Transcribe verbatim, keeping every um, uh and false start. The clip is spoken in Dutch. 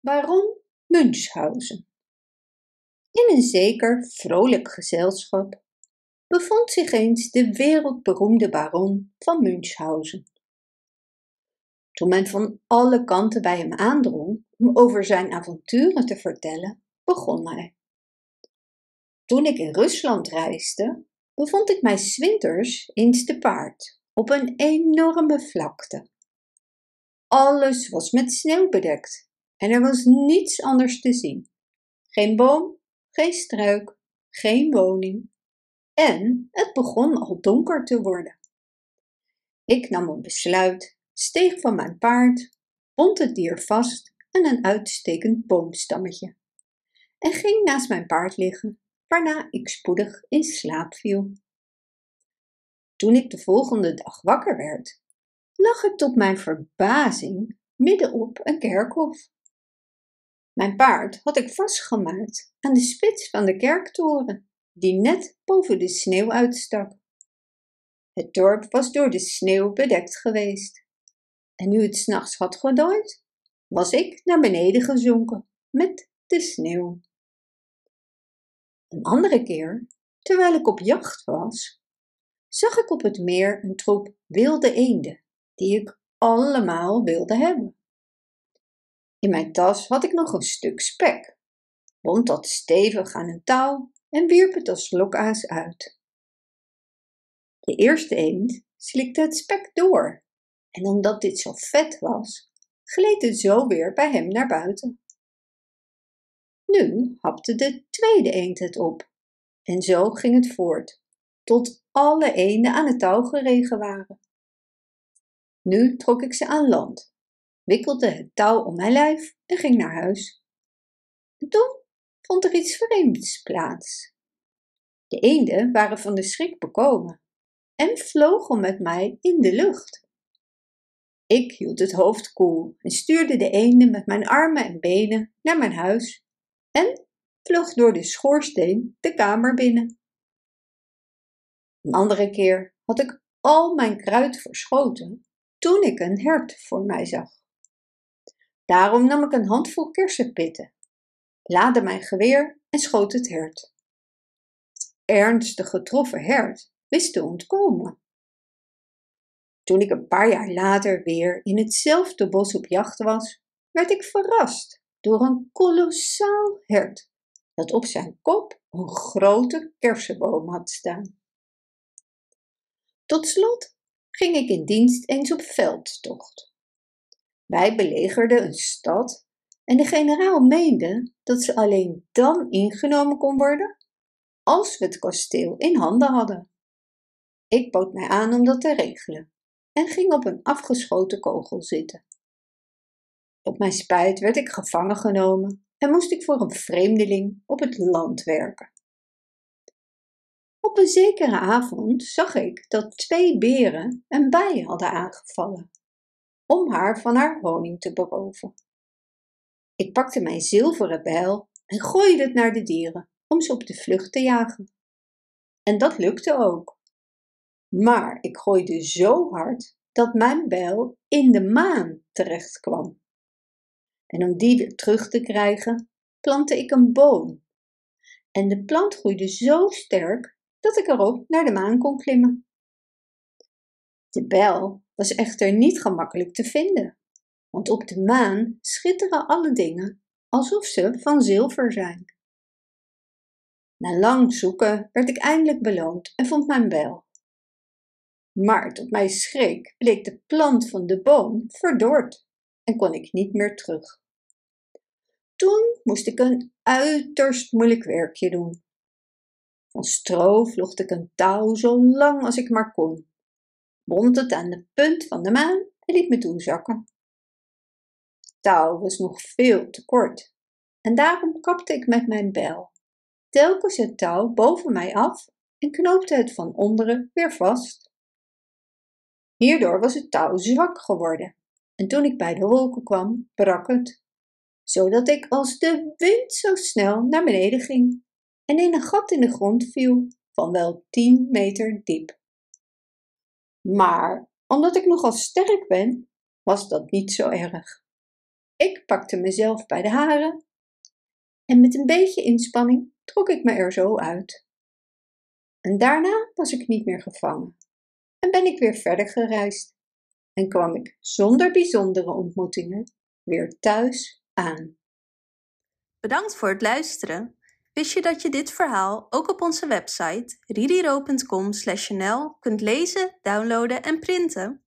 Baron Münchhausen. In een zeker vrolijk gezelschap bevond zich eens de wereldberoemde baron van Münchhausen. Toen men van alle kanten bij hem aandrong om over zijn avonturen te vertellen, begon hij. Toen ik in Rusland reisde, bevond ik mij 's winters eens te paard op een enorme vlakte. Alles was met sneeuw bedekt en er was niets anders te zien. Geen boom, geen struik, geen woning. En het begon al donker te worden. Ik nam een besluit, steeg van mijn paard, bond het dier vast aan een uitstekend boomstammetje en ging naast mijn paard liggen, waarna ik spoedig in slaap viel. Toen ik de volgende dag wakker werd, lag ik tot mijn verbazing midden op een kerkhof. Mijn paard had ik vastgemaakt aan de spits van de kerktoren, die net boven de sneeuw uitstak. Het dorp was door de sneeuw bedekt geweest. En nu het 's nachts had gedooid, was ik naar beneden gezonken met de sneeuw. Een andere keer, terwijl ik op jacht was, zag ik op het meer een troep wilde eenden, die ik allemaal wilde hebben. In mijn tas had ik nog een stuk spek, bond dat stevig aan een touw en wierp het als lokaas uit. De eerste eend slikte het spek door en omdat dit zo vet was, gleed het zo weer bij hem naar buiten. Nu hapte de tweede eend het op en zo ging het voort, tot alle eenden aan het touw geregen waren. Nu trok ik ze aan land, wikkelde het touw om mijn lijf en ging naar huis. En toen vond er iets vreemds plaats. De eenden waren van de schrik bekomen en vlogen met mij in de lucht. Ik hield het hoofd koel en stuurde de eenden met mijn armen en benen naar mijn huis en vloog door de schoorsteen de kamer binnen. Een andere keer had ik al mijn kruid verschoten toen ik een hert voor mij zag. Daarom nam ik een handvol kersenpitten, laadde mijn geweer en schoot het hert. Het ernstig getroffen hert wist te ontkomen. Toen ik een paar jaar later weer in hetzelfde bos op jacht was, werd ik verrast door een kolossaal hert dat op zijn kop een grote kersenboom had staan. Tot slot ging ik in dienst eens op veldtocht. Wij belegerden een stad en de generaal meende dat ze alleen dan ingenomen kon worden als we het kasteel in handen hadden. Ik bood mij aan om dat te regelen en ging op een afgeschoten kogel zitten. Op mijn spijt werd ik gevangen genomen en moest ik voor een vreemdeling op het land werken. Op een zekere avond zag ik dat twee beren een bij hadden aangevallen, om haar van haar honing te beroven. Ik pakte mijn zilveren bijl en gooide het naar de dieren om ze op de vlucht te jagen. En dat lukte ook. Maar ik gooide zo hard dat mijn bijl in de maan terecht kwam. En om die weer terug te krijgen, plantte ik een boom. En de plant groeide zo sterk dat ik erop naar de maan kon klimmen. De bijl was echter niet gemakkelijk te vinden, want op de maan schitteren alle dingen alsof ze van zilver zijn. Na lang zoeken werd ik eindelijk beloond en vond mijn bijl. Maar tot mijn schrik bleek de plant van de boom verdord en kon ik niet meer terug. Toen moest ik een uiterst moeilijk werkje doen. Van stro vlocht ik een touw zo lang als ik maar kon, bond het aan de punt van de maan en liet me toen zakken. Het touw was nog veel te kort en daarom kapte ik met mijn bijl telkens het touw boven mij af en knoopte het van onderen weer vast. Hierdoor was het touw zwak geworden en toen ik bij de wolken kwam, brak het, zodat ik als de wind zo snel naar beneden ging en in een gat in de grond viel van wel tien meter diep. Maar omdat ik nogal sterk ben, was dat niet zo erg. Ik pakte mezelf bij de haren en met een beetje inspanning trok ik me er zo uit. En daarna was ik niet meer gevangen en ben ik weer verder gereisd en kwam ik zonder bijzondere ontmoetingen weer thuis aan. Bedankt voor het luisteren. Wist je dat je dit verhaal ook op onze website ririro punt com slash n l kunt lezen, downloaden en printen?